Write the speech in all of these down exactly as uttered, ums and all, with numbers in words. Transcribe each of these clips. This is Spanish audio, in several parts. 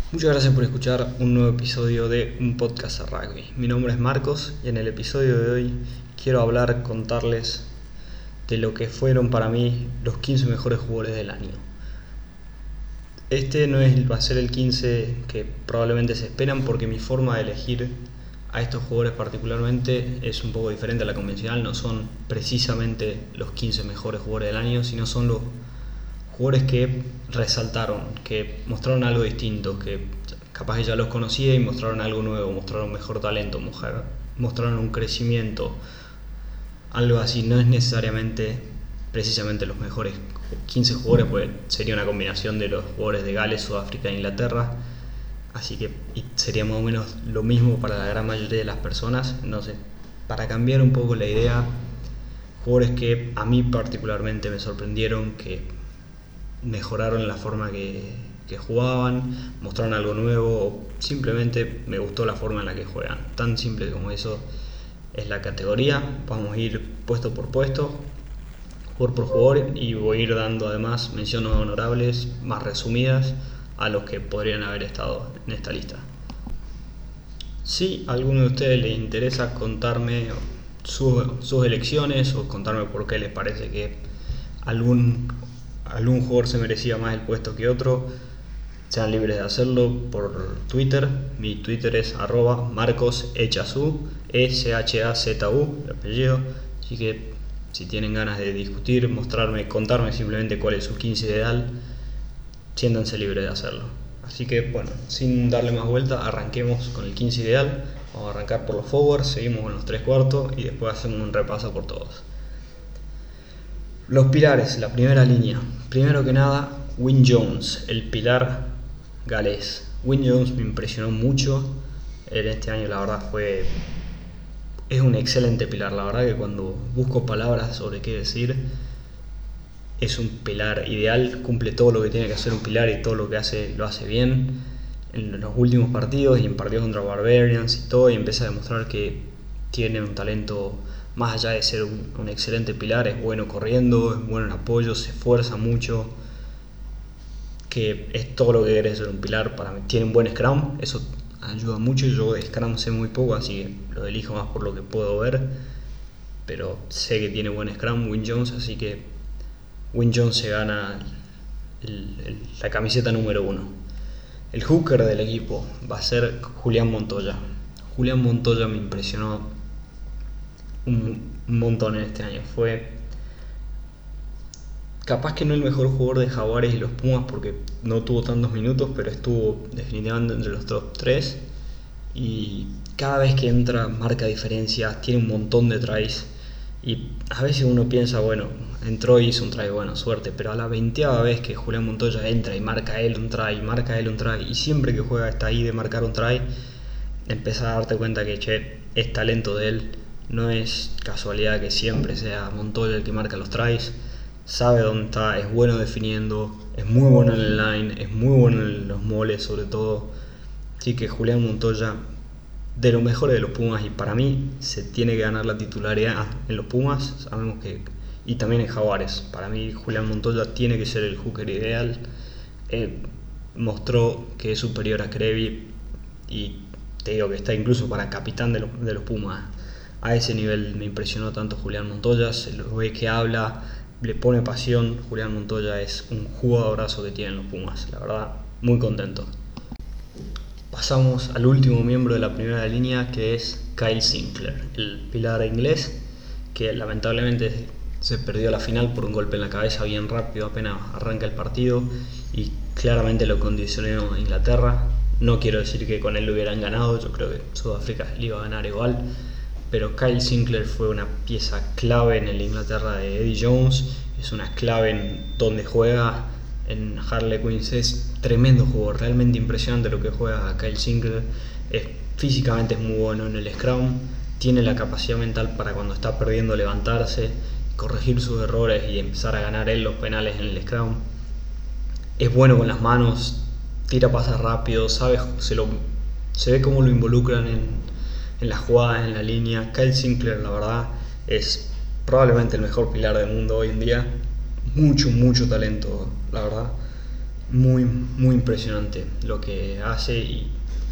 Muchas gracias por escuchar un nuevo episodio de un podcast de rugby. Mi nombre es Marcos y en el episodio de hoy quiero hablar, contarles de lo que fueron para mí los quince mejores jugadores del año. Este no es, va a ser el quince que probablemente se esperan, porque mi forma de elegir a estos jugadores particularmente es un poco diferente a la convencional. No son precisamente los quince mejores jugadores del año, sino son los jugadores que resaltaron, que mostraron algo distinto, que capaz que ya los conocía y mostraron algo nuevo, mostraron mejor talento, mostraron un crecimiento, algo así. No es necesariamente precisamente los mejores quince jugadores, porque sería una combinación de los jugadores de Gales, Sudáfrica e Inglaterra, así que sería más o menos lo mismo para la gran mayoría de las personas. Entonces, para cambiar un poco la idea, jugadores que a mí particularmente me sorprendieron, que mejoraron la forma que, que jugaban, mostraron algo nuevo, o simplemente me gustó la forma en la que juegan. Tan simple como eso es la categoría. Vamos a ir puesto por puesto, jugador por jugador, y voy a ir dando además menciones honorables más resumidas a los que podrían haber estado en esta lista. Si a alguno de ustedes les interesa contarme sus, sus elecciones, o contarme por qué les parece que algún, algún jugador se merecía más el puesto que otro, sean libres de hacerlo por Twitter. Mi Twitter es arroba marcoshazú, E C H A Z U, el apellido. Así que si tienen ganas de discutir, mostrarme, contarme simplemente cuál es su quince ideal, siéntanse libres de hacerlo. Así que bueno, sin darle más vuelta, arranquemos con el quince ideal. Vamos a arrancar por los forwards, seguimos con los tres cuartos y después hacemos un repaso por todos. Los pilares, la primera línea. Primero que nada, Wyn Jones, el pilar galés. Wyn Jones me impresionó mucho en este año, la verdad fue... Es un excelente pilar. La verdad que cuando busco palabras sobre qué decir, es un pilar ideal, cumple todo lo que tiene que hacer un pilar y todo lo que hace lo hace bien en los últimos partidos y en partidos contra Barbarians y todo, y empieza a demostrar que tiene un talento más allá de ser un, un excelente pilar. Es bueno corriendo, es bueno en apoyo, se esfuerza mucho, que es todo lo que quiere ser un pilar. Para mí tiene un buen scrum, eso ayuda mucho. Yo de scrum sé muy poco, así que lo elijo más por lo que puedo ver, pero sé que tiene buen scrum Wyn Jones, así que Wyn Jones se gana el, el, la camiseta número uno. El hooker del equipo va a ser Julián Montoya. Julián Montoya me impresionó un, un montón en este año. Fue capaz que no el mejor jugador de Jaguares y los Pumas, porque no tuvo tantos minutos, pero estuvo definitivamente entre los top tres. Y cada vez que entra marca diferencias, tiene un montón de tries. Y a veces uno piensa, bueno, entró y hizo un try, bueno, suerte. Pero a la veinteava vez que Julián Montoya entra y marca él un try, marca él un try, y siempre que juega está ahí de marcar un try, empezás a darte cuenta que, che, es talento de él. No es casualidad que siempre sea Montoya el que marca los tries. Sabe dónde está, es bueno definiendo, es muy bueno en el line, es muy bueno en los moles sobre todo. Así que Julián Montoya, de los mejores de los Pumas, y para mí se tiene que ganar la titularidad en los Pumas. Sabemos que, y también en Jaguares, para mí Julián Montoya tiene que ser el hooker ideal. Eh, mostró que es superior a Creevy, y te digo que está incluso para capitán de los, de los Pumas. A ese nivel me impresionó tanto Julián Montoya. Se lo ve que habla, le pone pasión. Julián Montoya es un jugadorazo que tienen los Pumas, la verdad, muy contento. Pasamos al último miembro de la primera línea, que es Kyle Sinclair, el pilar inglés, que lamentablemente se perdió la final por un golpe en la cabeza bien rápido apenas arranca el partido, y claramente lo condicionó a Inglaterra. No quiero decir que con él lo hubieran ganado, yo creo que Sudáfrica le iba a ganar igual, pero Kyle Sinclair fue una pieza clave en el Inglaterra de Eddie Jones. Es una clave en donde juega. En Harlequins es tremendo jugador, realmente impresionante lo que juega Kyle Sinclair. Es, físicamente es muy bueno en el scrum, tiene la capacidad mental para cuando está perdiendo levantarse, corregir sus errores y empezar a ganar él los penales en el scrum. Es bueno con las manos, tira pases rápido, sabe, se, lo, se ve cómo lo involucran en, en las jugadas, en la línea. Kyle Sinclair, la verdad, es probablemente el mejor pilar del mundo hoy en día. Mucho, mucho talento, la verdad. muy, muy impresionante lo que hace y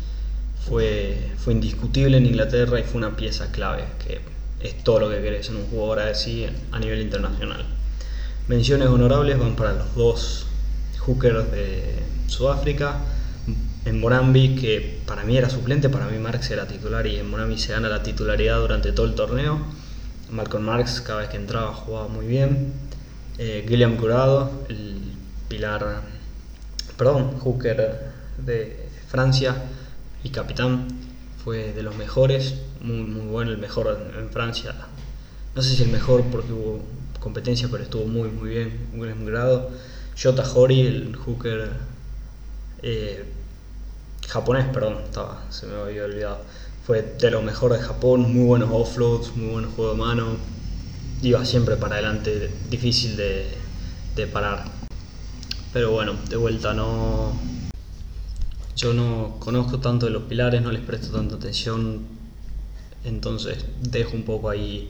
fue, fue indiscutible en Inglaterra y fue una pieza clave, que es todo lo que querés en un jugador así a nivel internacional. Menciones honorables van para los dos hookers de Sudáfrica. En Morambi, que para mí era suplente, para mí Marx era titular y en Morambi se gana la titularidad durante todo el torneo. Malcolm Marx cada vez que entraba jugaba muy bien. Eh, Guillaume Curado, el pilar, perdón, hooker de Francia y capitán, fue de los mejores, muy, muy bueno, el mejor en Francia. No sé si el mejor porque hubo competencia, pero estuvo muy muy bien, Guillaume Curado. Jota Hori, el hooker eh, japonés, perdón, estaba, se me había olvidado. Fue de lo mejor de Japón, muy buenos offloads, muy buen juego de mano, iba siempre para adelante, difícil de, de parar. Pero bueno, de vuelta no... Yo no conozco tanto de los pilares, no les presto tanta atención, entonces dejo un poco ahí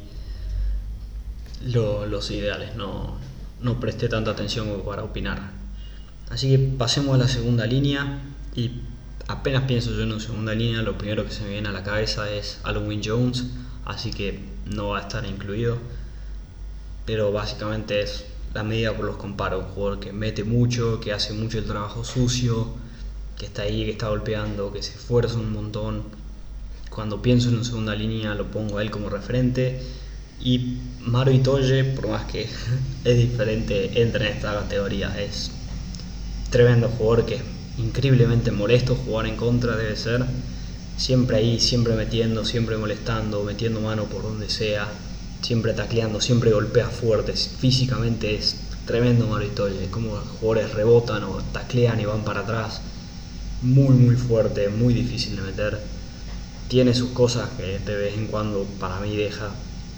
lo, los ideales, no, no presté tanta atención como para opinar. Así que pasemos a la segunda línea y apenas pienso yo en una segunda línea, lo primero que se me viene a la cabeza es Alun Wyn Jones, así que no va a estar incluido, pero básicamente es la medida por los comparo, un jugador que mete mucho, que hace mucho el trabajo sucio, que está ahí, que está golpeando, que se esfuerza un montón. Cuando pienso en una segunda línea lo pongo a él como referente, y Maro Itoje, por más que es diferente, entra en esta categoría. Es tremendo jugador, que es increíblemente molesto jugar en contra, debe ser. Siempre ahí, siempre metiendo, siempre molestando, metiendo mano por donde sea, siempre tacleando, siempre golpea fuerte. Físicamente es tremendo Maro Itoje, como los jugadores rebotan o taclean y van para atrás. Muy muy fuerte, muy difícil de meter. Tiene sus cosas que de vez en cuando para mí deja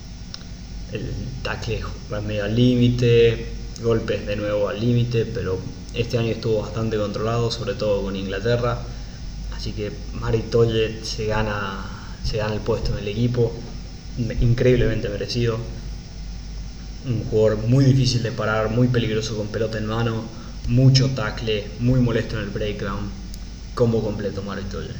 el tackle medio al límite, golpes de nuevo al límite, pero este año estuvo bastante controlado, sobre todo con Inglaterra, así que Maro Itoje se gana, se gana el puesto en el equipo, increíblemente merecido. Un jugador muy difícil de parar, muy peligroso con pelota en mano, mucho tackle, muy molesto en el breakdown, combo completo Maro Itoje.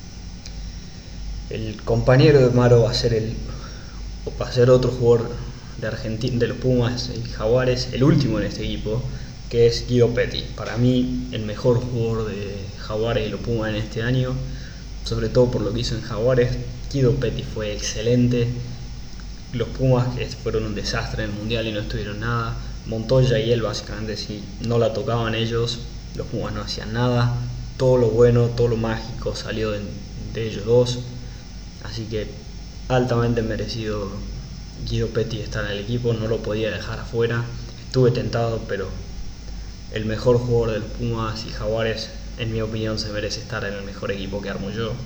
El compañero de Maro va a ser el va a ser otro jugador de Argentina, de los Pumas y Jaguares, el último en este equipo, que es Guido Petty. Para mí el mejor jugador de Jaguares y los Pumas en este año, sobre todo por lo que hizo en Jaguares. Guido Petty fue excelente. Los Pumas, que fueron un desastre en el Mundial y no estuvieron nada, Montoya y él básicamente, si no la tocaban ellos, los Pumas no hacían nada. Todo lo bueno, todo lo mágico salió de, de ellos dos, así que altamente merecido Guido Petty estar en el equipo, no lo podía dejar afuera. Estuve tentado, pero el mejor jugador de los Pumas y Jaguares, en mi opinión, se merece estar en el mejor equipo que armo yo.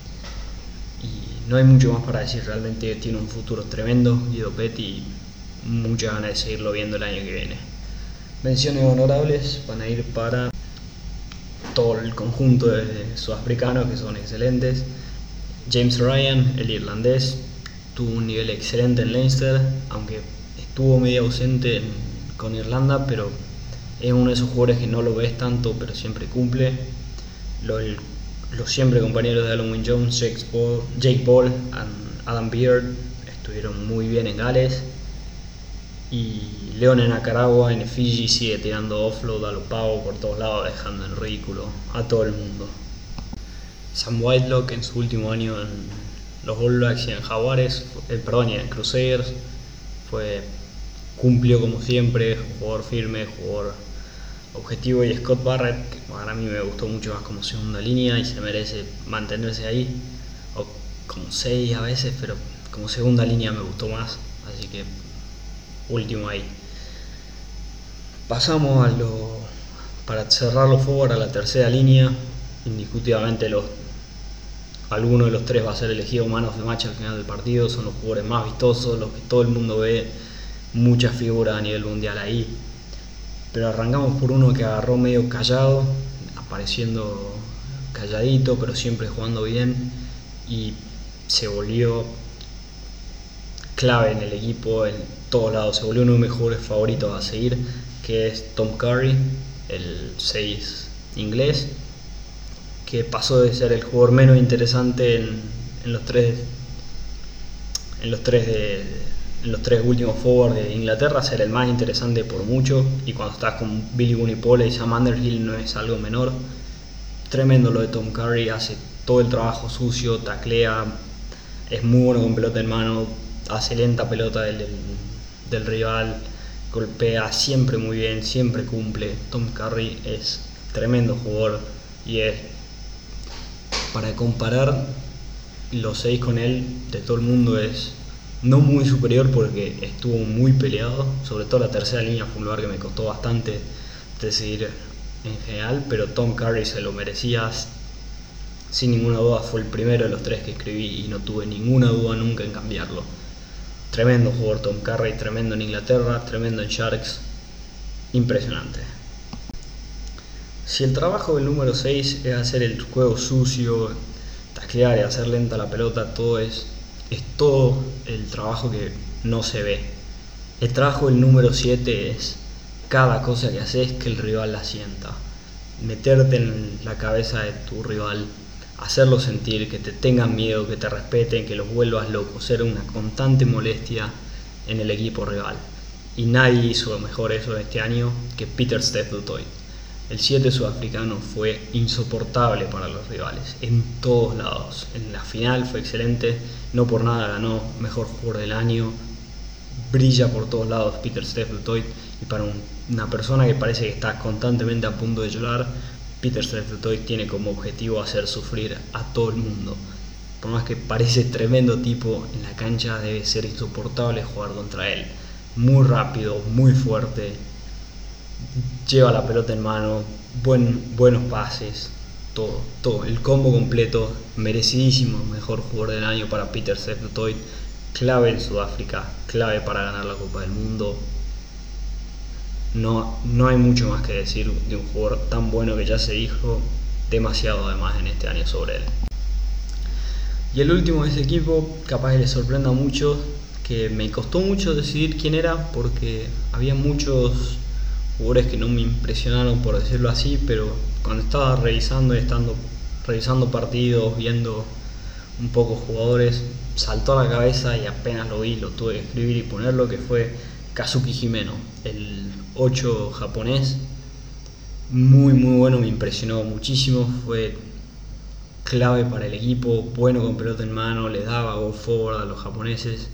Y no hay mucho más para decir, realmente tiene un futuro tremendo Guido Petty y muchas ganas de seguirlo viendo el año que viene. Menciones honorables van a ir para todo el conjunto de sudafricanos, que son excelentes. James Ryan, el irlandés, tuvo un nivel excelente en Leinster, aunque estuvo medio ausente en, con Irlanda, pero es uno de esos jugadores que no lo ves tanto, pero siempre cumple. Los, los siempre compañeros de Alun Wyn Jones, Jake Paul, Jake Paul y Adam Beard estuvieron muy bien en Gales. Y Leon en Nicaragua, en Fiji, sigue tirando offload a lo pavo por todos lados, dejando en ridículo a todo el mundo. Sam Whitelock, en su último año en los All Blacks y en Jaguares, eh, perdón, y en Crusaders, fue, cumplió como siempre, jugador firme, jugador objetivo. Y Scott Barrett, que para mí me gustó mucho más como segunda línea y se merece mantenerse ahí, o como seis a veces, pero como segunda línea me gustó más, así que último ahí. Pasamos a lo, para cerrar los forward, a la tercera línea. Indiscutiblemente los alguno de los tres va a ser elegido man of the match al final del partido. Son los jugadores más vistosos, los que todo el mundo ve, muchas figuras a nivel mundial ahí. Pero arrancamos por uno que agarró medio callado, apareciendo calladito, pero siempre jugando bien, y se volvió clave en el equipo, en todos lados. Se volvió uno de mis jugadores favoritos a seguir, que es Tom Curry. el seis inglés, que pasó de ser el jugador menos interesante en, en los tres en los tres de, en los tres últimos forwards de Inglaterra, ser el más interesante por mucho, y cuando estás con Billy Vunipola y Sam Underhill no es algo menor. Tremendo lo de Tom Curry, hace todo el trabajo sucio, taclea, es muy bueno con pelota en mano, hace lenta pelota del, del, del rival, golpea siempre muy bien, siempre cumple. Tom Curry es tremendo jugador y es, para comparar los seis con él, de todo el mundo, es no muy superior porque estuvo muy peleado, sobre todo la tercera línea fue un lugar que me costó bastante decidir en general, pero Tom Curry se lo merecía sin ninguna duda, fue el primero de los tres que escribí y no tuve ninguna duda nunca en cambiarlo. Tremendo jugador Tom Curry, tremendo en Inglaterra, tremendo en Sharks, impresionante. Si el trabajo del número seis es hacer el juego sucio, taclear y hacer lenta la pelota, todo es, es todo el trabajo que no se ve. El trabajo del número siete es cada cosa que haces que el rival la sienta. Meterte en la cabeza de tu rival, hacerlo sentir, que te tengan miedo, que te respeten, que los vuelvas locos, ser una constante molestia en el equipo rival. Y nadie hizo mejor eso este año que Pieter-Steph du Toit. El siete sudafricano fue insoportable para los rivales, en todos lados. En la final fue excelente, no por nada ganó mejor jugador del año, brilla por todos lados Pieter-Steph du Toit, y para un, una persona que parece que está constantemente a punto de llorar, Pieter-Steph du Toit tiene como objetivo hacer sufrir a todo el mundo. Por más que parece tremendo tipo, en la cancha debe ser insoportable jugar contra él. Muy rápido, muy fuerte, lleva la pelota en mano, buen, buenos pases, todo, todo, el combo completo, merecidísimo mejor jugador del año para Pieter-Steph du Toit, clave en Sudáfrica, clave para ganar la Copa del Mundo. No, no hay mucho más que decir de un jugador tan bueno que ya se dijo demasiado además en este año sobre él. Y el último de ese equipo, capaz que les sorprenda mucho, que me costó mucho decidir quién era porque había muchos jugadores que no me impresionaron, por decirlo así, pero cuando estaba revisando y estando revisando partidos, viendo un poco jugadores, saltó a la cabeza y apenas lo vi, lo tuve que escribir y ponerlo, que fue Kazuki Himeno, el ocho japonés. Muy muy bueno, me impresionó muchísimo, fue clave para el equipo, bueno con pelota en mano, le daba go forward a los japoneses,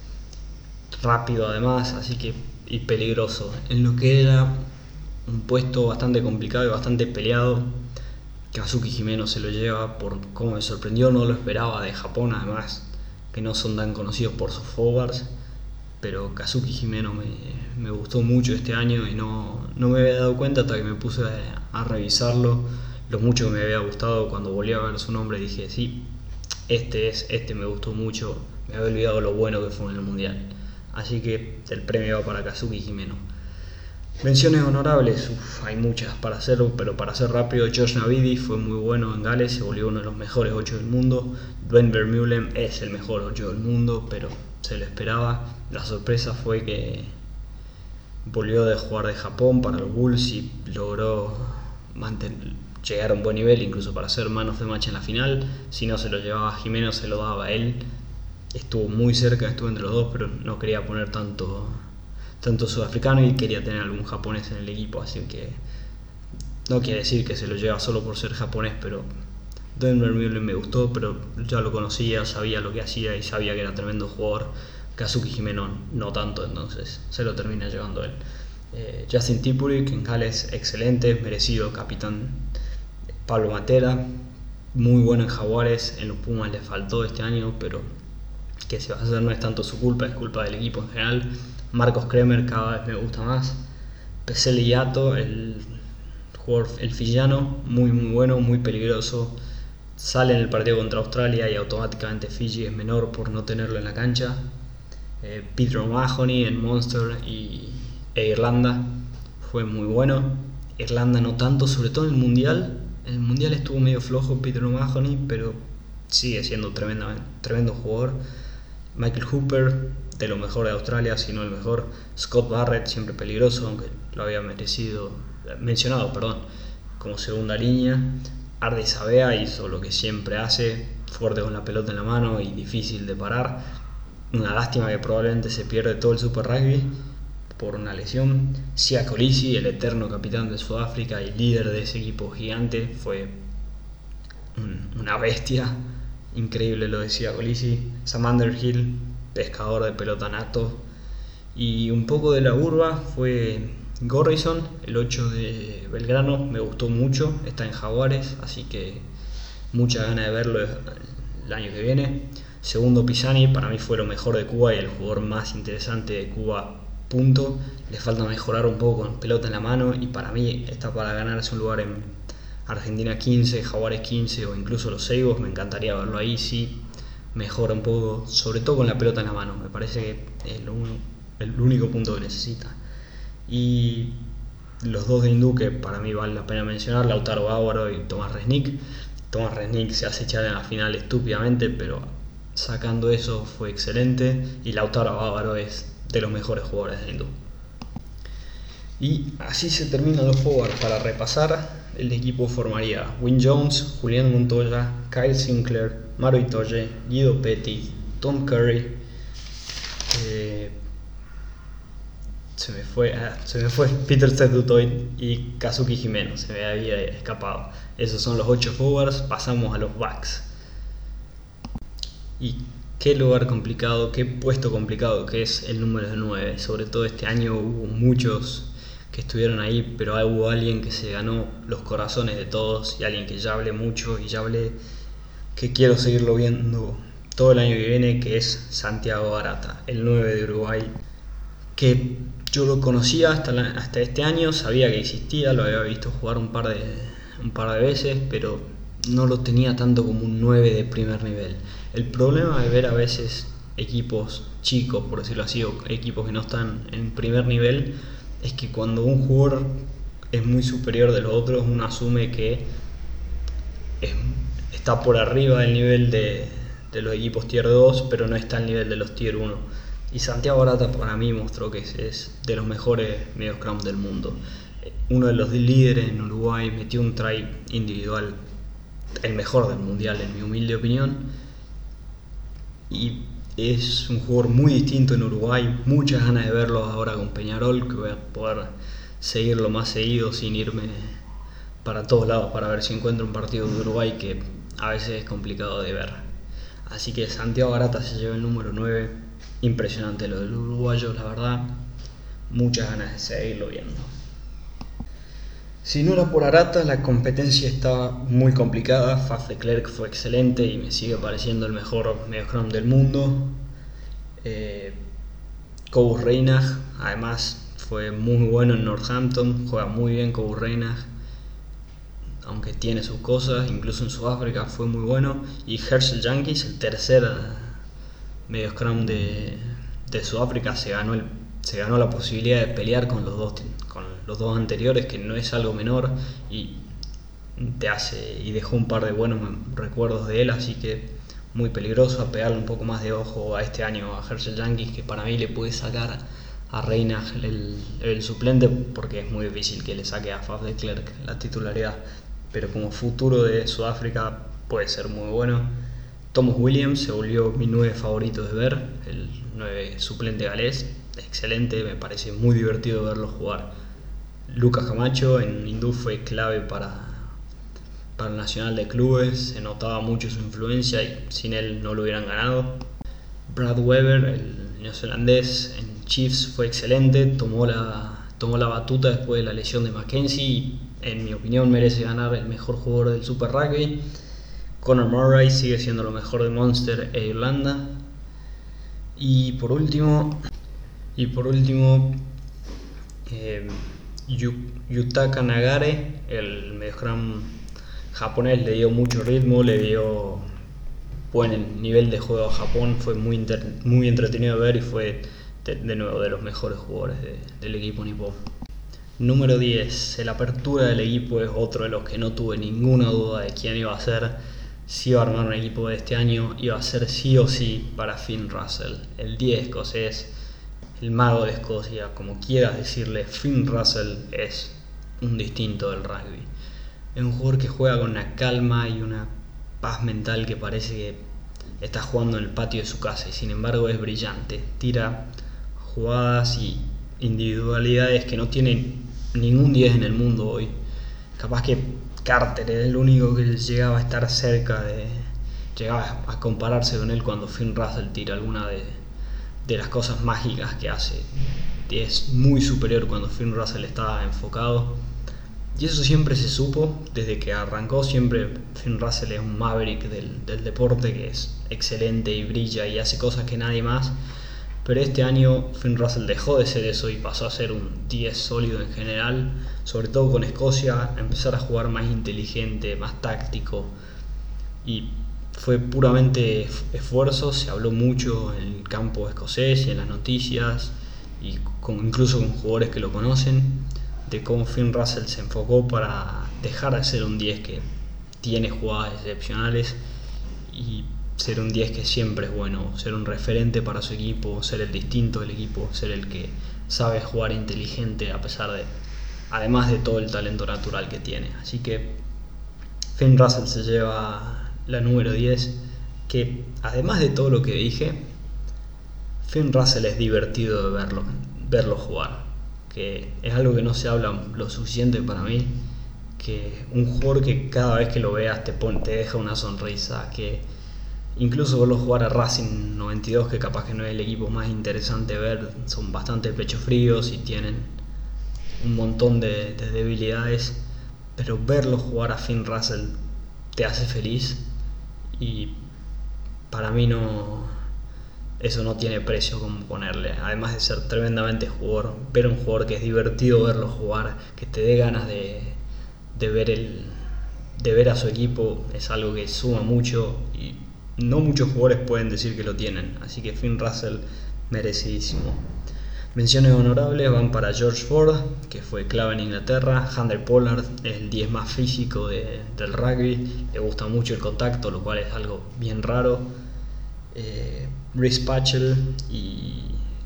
rápido además, así que, y peligroso, en lo que era un puesto bastante complicado y bastante peleado. Kazuki Himeno se lo lleva por cómo me sorprendió, no lo esperaba de Japón, además que no son tan conocidos por sus forwards, pero Kazuki Himeno me, me gustó mucho este año y no, no me había dado cuenta hasta que me puse a, a revisarlo, lo mucho que me había gustado. Cuando volví a ver su nombre dije, sí, este es, este me gustó mucho, me había olvidado lo bueno que fue en el Mundial, así que el premio va para Kazuki Himeno. Menciones honorables, uf, hay muchas para hacerlo, pero para ser rápido, Josh Navidi fue muy bueno en Gales, se volvió uno de los mejores ocho del mundo. Dwayne Vermeulen es el mejor ocho del mundo, pero se lo esperaba. La sorpresa fue que volvió de jugar de Japón para los Bulls y logró mantener, llegar a un buen nivel, incluso para ser man of the match en la final. Si no se lo llevaba a Jimeno, se lo daba a él. Estuvo muy cerca, estuvo entre los dos, pero no quería poner tanto... tanto sudafricano y quería tener algún japonés en el equipo, así que no quiere decir que se lo lleva solo por ser japonés, pero Dwayne Vermeulen me gustó, pero ya lo conocía, sabía lo que hacía y sabía que era tremendo jugador. Kazuki Himeno no tanto, entonces se lo termina llevando él. eh, Justin Tipurik en Gales, excelente, merecido capitán. Pablo Matera, muy bueno en Jaguares, en los Pumas le faltó este año, pero que se va a hacer, no es tanto su culpa, es culpa del equipo en general. Marcos Kremer cada vez me gusta más. Pesele Yato, el jugador, el fillano, muy muy bueno, muy peligroso. Sale en el partido contra Australia y automáticamente Fiji es menor por no tenerlo en la cancha. eh, Peter O'Mahony en Munster y, e Irlanda fue muy bueno. Irlanda no tanto, sobre todo en el Mundial. En el Mundial estuvo medio flojo Peter O'Mahony, pero sigue siendo tremendo, tremendo jugador. Michael Hooper, de lo mejor de Australia, si no el mejor. Scott Barrett, siempre peligroso, aunque lo había merecido mencionado, perdón, como segunda línea. Ardizabea hizo lo que siempre hace, fuerte con la pelota en la mano y difícil de parar. Una lástima que probablemente se pierde todo el Super Rugby por una lesión. Siya Kolisi, el eterno capitán de Sudáfrica y líder de ese equipo gigante, fue un, una bestia. Increíble lo de Siya Kolisi. Sam Underhill, pescador de pelota nato. Y un poco de la urba fue Gorrison, el ocho de Belgrano, me gustó mucho, está en Jaguares, así que mucha ganas de verlo el año que viene. Segundo Pisani, para mí fue lo mejor de Cuba y el jugador más interesante de Cuba, punto. Le falta mejorar un poco con pelota en la mano y para mí está para ganarse un lugar en Argentina quince, Jaguares quince o incluso los Seibos, me encantaría verlo ahí, sí, mejora un poco, sobre todo con la pelota en la mano, me parece que es lo único, el único punto que necesita. Y los dos de hindú que para mí vale la pena mencionar, Lautaro Bávaro y Tomás Resnick. Tomás Resnick se hace echar en la final estúpidamente, pero sacando eso fue excelente y Lautaro Bávaro es de los mejores jugadores de hindú. Y así se terminan los forwards. Para repasar, el equipo formaría Wyn Jones, Julián Montoya, Kyle Sinclair, Maro Itoje, Guido Petty, Tom Curry, eh, se me fue ah, se me fue Peter Seth-Dutoit y Kazuki Himeno, se me había escapado. Esos son los ocho forwards. Pasamos a los backs. Y qué lugar complicado, qué puesto complicado que es el número nueve. Sobre todo este año hubo muchos que estuvieron ahí, pero hubo alguien que se ganó los corazones de todos y alguien que ya hablé mucho y ya hablé que quiero seguirlo viendo todo el año que viene, que es Santiago Barata, el nueve de Uruguay, que yo lo conocía hasta, la, hasta este año, sabía que existía, lo había visto jugar un par de, un par de veces, pero no lo tenía tanto como un nueve de primer nivel. El problema de ver a veces equipos chicos, por decirlo así, o equipos que no están en primer nivel, es que cuando un jugador es muy superior de los otros, uno asume que es, está por arriba del nivel de, de los equipos tier dos, pero no está al nivel de los tier uno. Y Santiago Barata para mí mostró que es, es de los mejores mediocrown del mundo. Uno de los líderes en Uruguay, metió un try individual, el mejor del mundial en mi humilde opinión. Y es un jugador muy distinto en Uruguay, muchas ganas de verlo ahora con Peñarol, que voy a poder seguirlo más seguido sin irme para todos lados para ver si encuentro un partido de Uruguay que a veces es complicado de ver. Así que Santiago Barata se lleva el número nueve, impresionante lo del uruguayo, la verdad, muchas ganas de seguirlo viendo. Si no era por Arata, la competencia estaba muy complicada. Faf de Klerk fue excelente y me sigue pareciendo el mejor mediocrown del mundo. Eh, Cobus Reinach, además, fue muy bueno en Northampton, juega muy bien Cobus Reinach, aunque tiene sus cosas, incluso en Sudáfrica fue muy bueno. Y Herschel Jantjies, el tercer mediocrown de, de Sudáfrica, se ganó, el, se ganó la posibilidad de pelear con los dos con los dos anteriores, que no es algo menor, y te hace y dejó un par de buenos recuerdos de él, así que muy peligroso. A pegarle un poco más de ojo a este año a Herschel Jantjies, que para mí le puede sacar a Reinach el, el suplente, porque es muy difícil que le saque a Faf de Klerk la titularidad, pero como futuro de Sudáfrica puede ser muy bueno. Thomas Williams se volvió mi nueve favorito de ver, el nueve suplente galés, excelente, me parece muy divertido verlo jugar. Lucas Camacho en hindú fue clave para, para el Nacional de Clubes, se notaba mucho su influencia y sin él no lo hubieran ganado. Brad Weber, el neozelandés en Chiefs, fue excelente, tomó la, tomó la batuta después de la lesión de Mackenzie y en mi opinión merece ganar el mejor jugador del Super Rugby. Conor Murray sigue siendo lo mejor de Munster e Irlanda. Y por último, y por último eh, Yutaka Nagare, el mediocrown japonés, le dio mucho ritmo, le dio buen nivel de juego a Japón, fue muy, inter, muy entretenido de ver y fue de, de nuevo de los mejores jugadores de, del equipo nipón. Número diez, el apertura del equipo es otro de los que no tuve ninguna duda de quién iba a ser. Si iba a armar un equipo de este año, iba a ser sí o sí para Finn Russell, el diez escocés, el mago de Escocia, como quieras decirle. Finn Russell es un distinto del rugby. Es un jugador que juega con una calma y una paz mental que parece que está jugando en el patio de su casa, y sin embargo es brillante. Tira jugadas y individualidades que no tiene ningún diez en el mundo hoy. Capaz que Carter era el único que llegaba a estar cerca de... llegaba a compararse con él cuando Finn Russell tira alguna de, de las cosas mágicas que hace. Es muy superior cuando Finn Russell estaba enfocado. Y eso siempre se supo, desde que arrancó. Siempre Finn Russell es un maverick del, del deporte, que es excelente y brilla y hace cosas que nadie más. Pero este año Finn Russell dejó de ser eso y pasó a ser un diez sólido en general, sobre todo con Escocia, a empezar a jugar más inteligente, más táctico, y fue puramente esfuerzo. Se habló mucho en el campo escocés y en las noticias, y con, incluso con jugadores que lo conocen, de cómo Finn Russell se enfocó para dejar de ser un diez que tiene jugadas excepcionales y ser un diez que siempre es bueno, ser un referente para su equipo, ser el distinto del equipo, ser el que sabe jugar inteligente a pesar de, además de todo el talento natural que tiene. Así que Finn Russell se lleva la número diez, que además de todo lo que dije, Finn Russell es divertido de verlo, verlo jugar, que es algo que no se habla lo suficiente para mí, que un jugador que cada vez que lo veas te, pone, te deja una sonrisa, que incluso verlo jugar a Racing noventa y dos, que capaz que no es el equipo más interesante de ver, son bastante pecho fríos y tienen un montón de, de debilidades, pero verlo jugar a Finn Russell te hace feliz, y para mí no, eso no tiene precio como ponerle. Además de ser tremendamente jugador, ver a un jugador que es divertido verlo jugar, que te dé ganas de, de ver el, de ver a su equipo, es algo que suma mucho y no muchos jugadores pueden decir que lo tienen. Así que Finn Russell, merecidísimo. Menciones honorables van para George Ford, que fue clave en Inglaterra. Handré Pollard es el diez más físico de, del rugby, le gusta mucho el contacto, lo cual es algo bien raro. eh, Rhys Patchell y,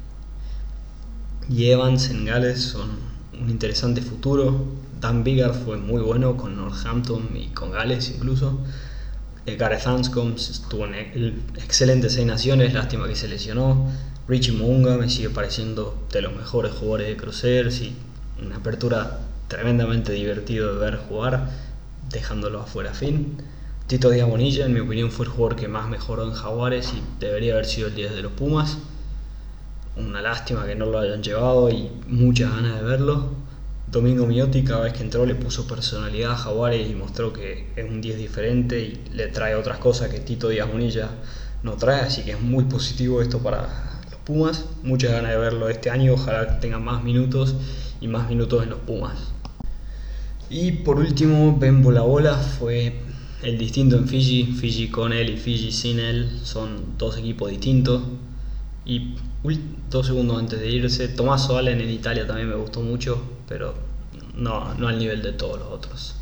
y Evans en Gales son un interesante futuro. Dan Biggar fue muy bueno con Northampton y con Gales incluso. eh, Gareth Anscombe estuvo en el excelente Seis Naciones, lástima que se lesionó. Richie Mo'unga me sigue pareciendo de los mejores jugadores de Crusaders y una apertura tremendamente divertido de ver jugar, dejándolo afuera a Finn. Tito Díaz Bonilla, en mi opinión, fue el jugador que más mejoró en Jaguares y debería haber sido el diez de los Pumas. Una lástima que no lo hayan llevado y muchas ganas de verlo. Domingo Miotti, cada vez que entró, le puso personalidad a Jaguares y mostró que es un diez diferente y le trae otras cosas que Tito Díaz Bonilla no trae, así que es muy positivo esto para Pumas. Muchas ganas de verlo este año, ojalá tenga más minutos y más minutos en los Pumas. Y por último, Ben Bolabola fue el distinto en Fiji. Fiji con él y Fiji sin él son dos equipos distintos. Y dos segundos antes de irse, Tommaso Allen en Italia también me gustó mucho, pero no, no al nivel de todos los otros.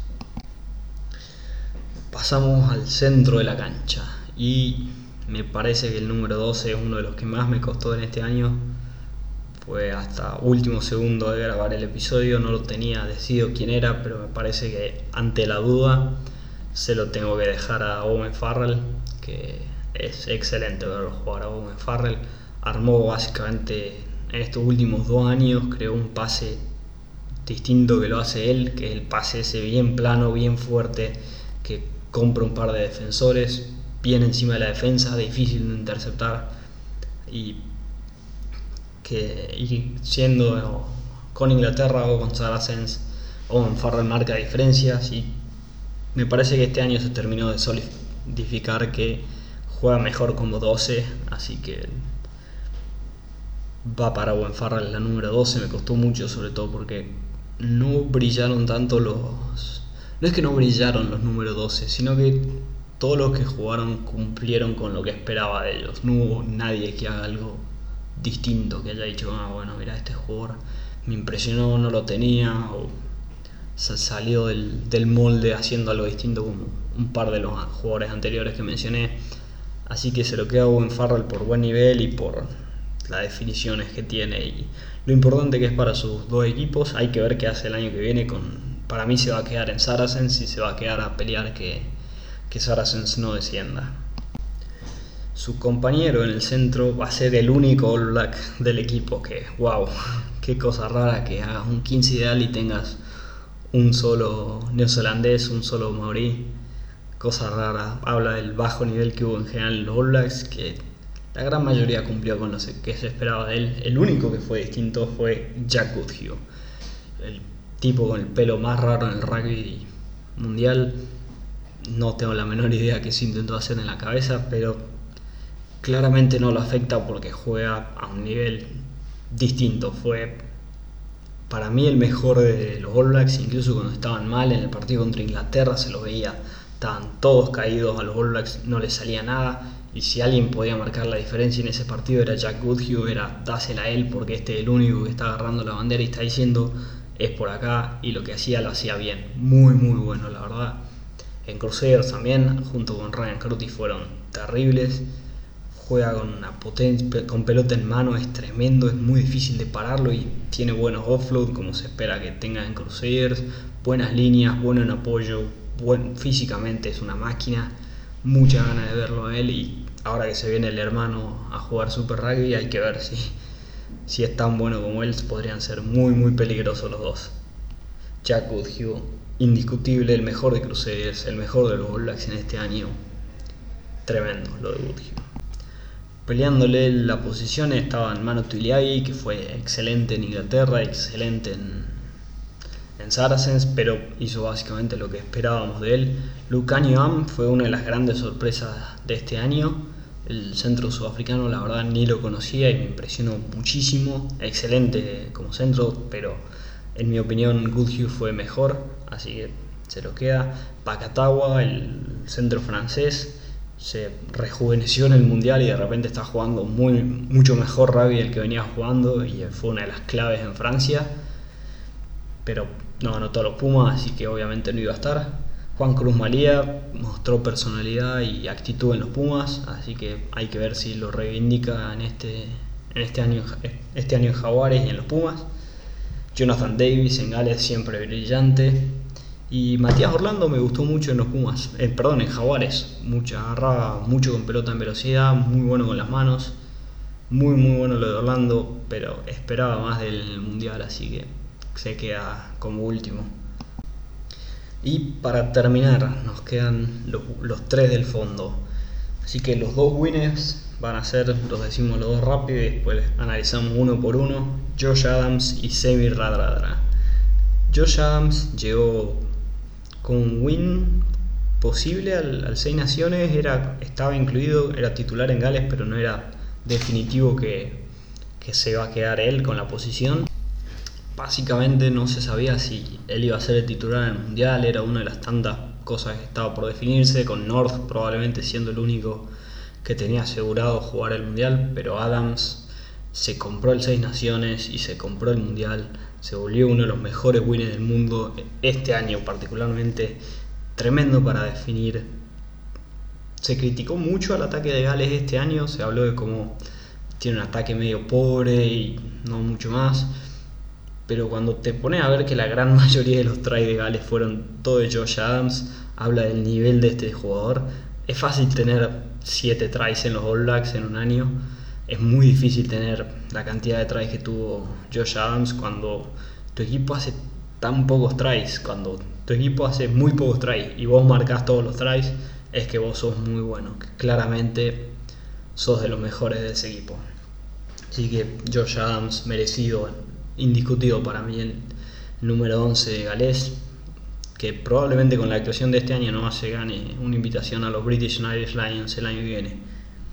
Pasamos al centro de la cancha y me parece que el número doce es uno de los que más me costó en este año. Fue hasta último segundo de grabar el episodio, no lo tenía decidido quién era, pero me parece que ante la duda se lo tengo que dejar a Owen Farrell, que es excelente verlo jugar a Owen Farrell. Armó básicamente en estos últimos dos años, creó un pase distinto que lo hace él, que es el pase ese bien plano, bien fuerte, que compra un par de defensores, bien encima de la defensa, difícil de interceptar, y que y siendo con Inglaterra o con Saracens, Owen Farrell marca diferencias, y me parece que este año se terminó de solidificar que juega mejor como doce, así que va para Owen Farrell la número doce. Me costó mucho, sobre todo porque no brillaron tanto los... No es que no brillaron los número doce, sino que todos los que jugaron cumplieron con lo que esperaba de ellos. No hubo nadie que haga algo distinto, que haya dicho, ah, bueno, mira, este jugador me impresionó, no lo tenía, o salió del, del molde haciendo algo distinto como un par de los jugadores anteriores que mencioné. Así que se lo queda a Owen Farrell por buen nivel y por las definiciones que tiene y lo importante que es para sus dos equipos. Hay que ver qué hace el año que viene. Con, para mí se va a quedar en Saracens y se va a quedar a pelear que, que Saracens no descienda. Su compañero en el centro va a ser el único All Black del equipo, que wow, qué cosa rara que hagas un quince ideal y tengas un solo neozelandés, un solo maorí. Cosa rara, habla del bajo nivel que hubo en general en los All Blacks, que la gran mayoría cumplió con lo que se esperaba de él. El único que fue distinto fue Jack Goodhue, el tipo con el pelo más raro en el rugby mundial. No tengo la menor idea qué se intentó hacer en la cabeza, pero claramente no lo afecta porque juega a un nivel distinto. Fue para mí el mejor de los All Blacks, incluso cuando estaban mal en el partido contra Inglaterra se los veía. Estaban todos caídos a los All Blacks, no les salía nada. Y si alguien podía marcar la diferencia en ese partido era Jack Goodhue, era dásela a él porque este es el único que está agarrando la bandera y está diciendo es por acá, y lo que hacía lo hacía bien. Muy muy bueno, la verdad. En Crusaders también, junto con Ryan Crotty, fueron terribles. Juega con una potencia, con pelota en mano, es tremendo, es muy difícil de pararlo y tiene buenos offload como se espera que tenga en Crusaders, buenas líneas, bueno en apoyo, buen, físicamente es una máquina, muchas ganas de verlo a él. Y ahora que se viene el hermano a jugar Super Rugby hay que ver si, si es tan bueno como él. Podrían ser muy muy peligrosos los dos. Jack Goodhue, indiscutible, el mejor de Crusaders, el mejor de los All Blacks en este año. Tremendo lo de Goodhue. Peleándole la posición estaban Manu Tuilagi, que fue excelente en Inglaterra, excelente en, en Saracens, pero hizo básicamente lo que esperábamos de él. Lukhanyo Am fue una de las grandes sorpresas de este año. El centro sudafricano, la verdad, ni lo conocía y me impresionó muchísimo. Excelente como centro, pero en mi opinión Goodhue fue mejor, así que se lo queda. Pakatawa, el centro francés, se rejuveneció en el mundial y de repente está jugando muy, mucho mejor rugby del que venía jugando y fue una de las claves en Francia, pero no anotó a los Pumas, así que obviamente no iba a estar. Juan Cruz Malía mostró personalidad y actitud en los Pumas, así que hay que ver si lo reivindica en este, en este año, este año en Jaguares y en los Pumas. Jonathan Davis en Gales, siempre brillante. Y Matías Orlando me gustó mucho en los Pumas, eh, perdón, en Jaguares. Mucha, agarraba mucho con pelota en velocidad, muy bueno con las manos. Muy muy bueno lo de Orlando, pero esperaba más del mundial, así que se queda como último. Y para terminar, nos quedan los, los tres del fondo. Así que los dos winners van a ser, los decimos los dos rápido y después analizamos uno por uno. Josh Adams y Semi Radradra. Josh Adams llegó con un win posible al, al Seis Naciones, era, estaba incluido, era titular en Gales, pero no era definitivo que, que se va a quedar él con la posición. Básicamente no se sabía si él iba a ser el titular en el mundial, era una de las tantas cosas que estaba por definirse, con North probablemente siendo el único que tenía asegurado jugar el mundial, pero Adams se compró el Seis Naciones y se compró el mundial, se volvió uno de los mejores winners del mundo este año particularmente, tremendo para definir. Se criticó mucho al ataque de Gales este año, se habló de cómo tiene un ataque medio pobre y no mucho más, pero cuando te pones a ver que la gran mayoría de los tries de Gales fueron todo de Josh Adams, habla del nivel de este jugador. Es fácil tener siete tries en los All Blacks en un año, es muy difícil tener la cantidad de tries que tuvo Josh Adams cuando tu equipo hace tan pocos tries. Cuando tu equipo hace muy pocos tries y vos marcás todos los tries, es que vos sos muy bueno, que claramente sos de los mejores de ese equipo. Así que Josh Adams, merecido, indiscutido para mí, el número once de Gales, que probablemente con la actuación de este año no se gane una invitación a los British and Irish Lions el año que viene.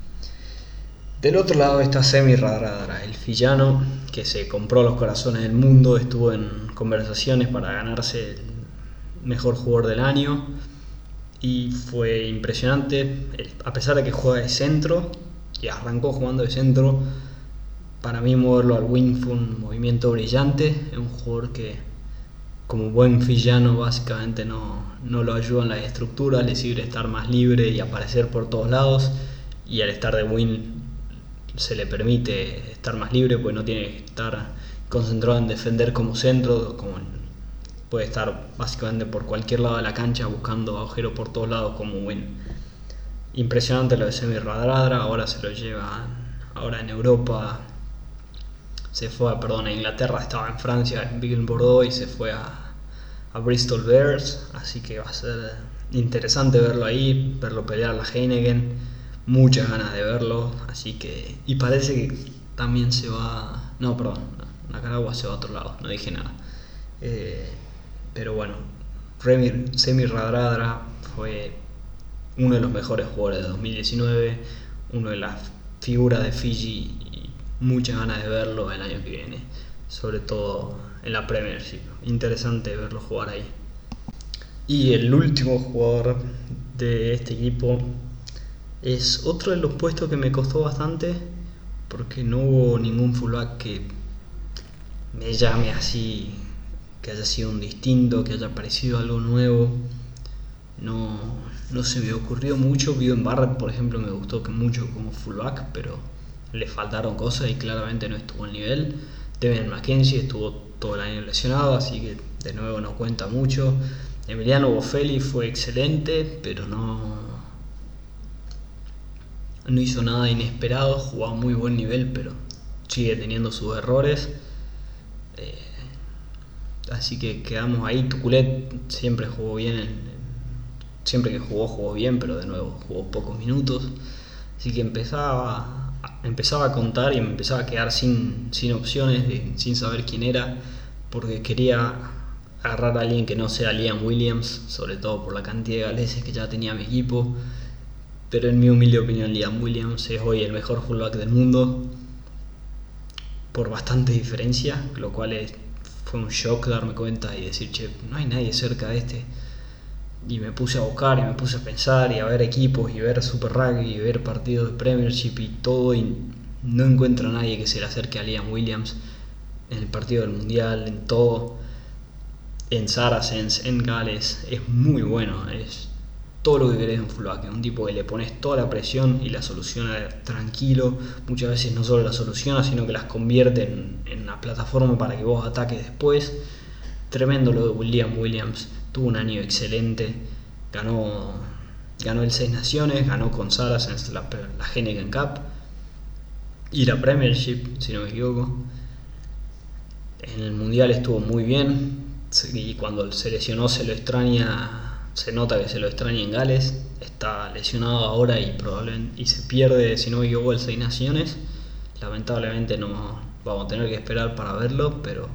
Del otro lado está Semi Radradra, el villano que se compró los corazones del mundo, estuvo en conversaciones para ganarse el mejor jugador del año y fue impresionante, a pesar de que juega de centro y arrancó jugando de centro. Para mí moverlo al wing fue un movimiento brillante, es un jugador que como buen villano básicamente no, no lo ayuda en las estructuras, le sirve estar más libre y aparecer por todos lados, y al estar de wing se le permite estar más libre, pues no tiene que estar concentrado en defender como centro, como puede estar básicamente por cualquier lado de la cancha buscando agujeros por todos lados como Win. Impresionante lo de Semi Radradra, ahora se lo llevan, ahora en Europa se fue a, perdón, a Inglaterra, estaba en Francia, en Bigel Bordeaux, y se fue a, a Bristol Bears, así que va a ser interesante verlo ahí, verlo pelear a la Heineken, muchas ganas de verlo, así que, y parece que también se va, no, perdón, Nakaragua se va a otro lado, no dije nada, eh, pero bueno, Remy, Semi Radradra fue uno de los mejores jugadores de dos mil diecinueve, uno de las figuras de Fiji, y muchas ganas de verlo el año que viene, sobre todo en la Premiership. Interesante verlo jugar ahí. Y el último jugador de este equipo es otro de los puestos que me costó bastante, porque no hubo ningún fullback que me llame así, que haya sido un distinto, que haya parecido algo nuevo. No, no se me ocurrió mucho. Bjorn Barrett, por ejemplo, me gustó mucho como fullback, pero le faltaron cosas y claramente no estuvo al nivel. Damian McKenzie estuvo todo el año lesionado, así que de nuevo no cuenta mucho. Emiliano Boffelli fue excelente, pero no, no hizo nada inesperado. Jugaba a muy buen nivel, pero sigue teniendo sus errores. Eh, así que quedamos ahí. Tuculet siempre jugó bien en, siempre que jugó, jugó bien, pero de nuevo jugó pocos minutos. Así que empezaba, empezaba a contar y me empezaba a quedar sin, sin opciones, de, sin saber quién era, porque quería agarrar a alguien que no sea Liam Williams, sobre todo por la cantidad de galeses que ya tenía mi equipo. Pero en mi humilde opinión, Liam Williams es hoy el mejor fullback del mundo, por bastante diferencia, lo cual es, fue un shock darme cuenta y decir, che, no hay nadie cerca de este. Y me puse a buscar y me puse a pensar y a ver equipos y ver Super Rugby y ver partidos de Premiership y todo, y no encuentro a nadie que se le acerque a Liam Williams en el partido del Mundial, en todo, en Saracens, en Gales. Es muy bueno, es todo lo que querés de un fullback, un tipo que le pones toda la presión y la soluciona tranquilo. Muchas veces no solo la soluciona, sino que las convierte en, en una plataforma para que vos ataques después. Tremendo lo de William Williams, tuvo un año excelente, ganó, ganó el Seis Naciones, ganó con Saracens la, la Heineken Cup y la Premiership, si no me equivoco. En el Mundial estuvo muy bien, y cuando se lesionó se lo extraña, se nota que se lo extraña en Gales. Está lesionado ahora y probablemente y se pierde, si no me equivoco, el Seis Naciones. Lamentablemente no vamos a tener que esperar para verlo, pero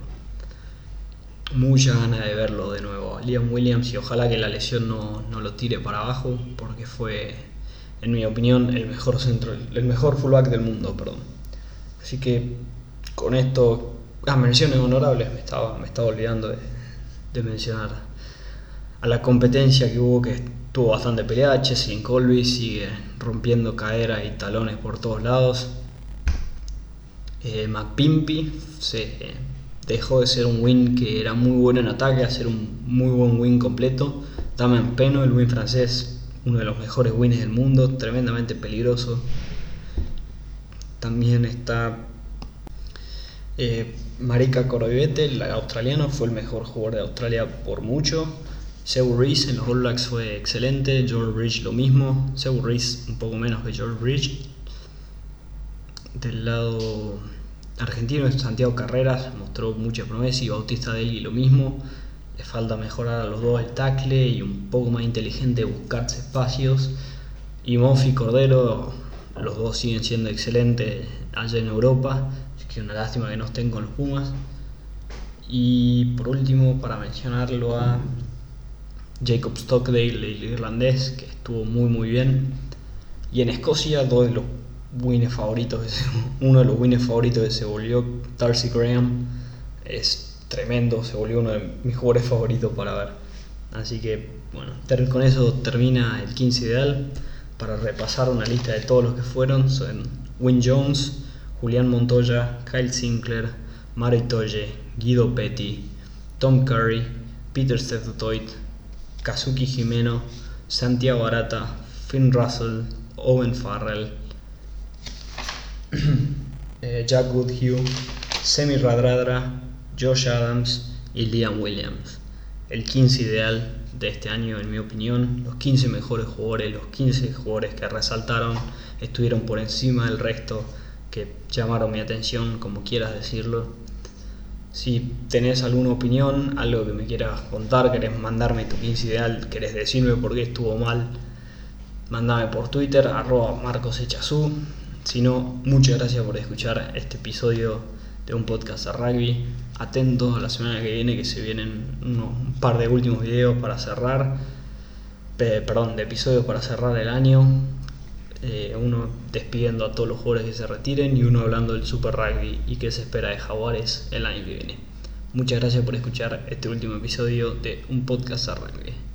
muchas ganas de verlo de nuevo a Liam Williams, y ojalá que la lesión no, no lo tire para abajo, porque fue, en mi opinión, el mejor centro, el mejor fullback del mundo, perdón. Así que con esto, ah, menciones honorables, me estaba, me estaba olvidando de, de mencionar a la competencia que hubo, que estuvo bastante peleada. Cheslin Colby sigue rompiendo caderas y talones por todos lados. eh, McPimpy se eh, dejó de ser un win que era muy bueno en ataque a ser un muy buen win completo. Damien Penault, el win francés, uno de los mejores wins del mundo, tremendamente peligroso. También está eh, Marika Koroibete, el australiano, fue el mejor jugador de Australia por mucho. Seu Reece en los All Blacks fue excelente, George Bridge lo mismo, Seu Reece un poco menos que George Bridge. Del lado argentino, Santiago Carreras mostró mucha promesa, y Bautista Deli lo mismo. Le falta mejorar a los dos el tackle y un poco más inteligente buscarse espacios. Y Monfi Cordero, los dos siguen siendo excelentes allá en Europa, es que una lástima que no estén con los Pumas. Y por último, para mencionarlo a Jacob Stockdale, el irlandés, que estuvo muy muy bien. Y en Escocia, dos de los winners favoritos, uno de los winners favoritos que se volvió Darcy Graham, es tremendo, se volvió uno de mis jugadores favoritos para ver. Así que bueno, ter- con eso termina el quince ideal. Para repasar una lista de todos los que fueron: son Wyn Jones, Julián Montoya, Kyle Sinclair, Maro Itoje, Guido Petty, Tom Curry, Peter Steptoe, Kazuki Jimeno, Santiago Arata, Finn Russell, Owen Farrell, eh, Jack Goodhue, Semi Radradra, Josh Adams y Liam Williams. El quince ideal de este año, en mi opinión, los quince mejores jugadores, los quince jugadores que resaltaron, estuvieron por encima del resto, que llamaron mi atención, como quieras decirlo. Si tenés alguna opinión, algo que me quieras contar, querés mandarme tu quince ideal, querés decirme por qué estuvo mal, mandame por Twitter, arroba marcosechazú. Si no, muchas gracias por escuchar este episodio de un podcast de rugby. Atentos a la semana que viene, que se vienen unos, un par de últimos videos para cerrar, eh, perdón, de episodios para cerrar el año. Eh, uno despidiendo a todos los jugadores que se retiren y uno hablando del Super Rugby y qué se espera de Jaguares el año que viene. Muchas gracias por escuchar este último episodio de un podcast de rugby.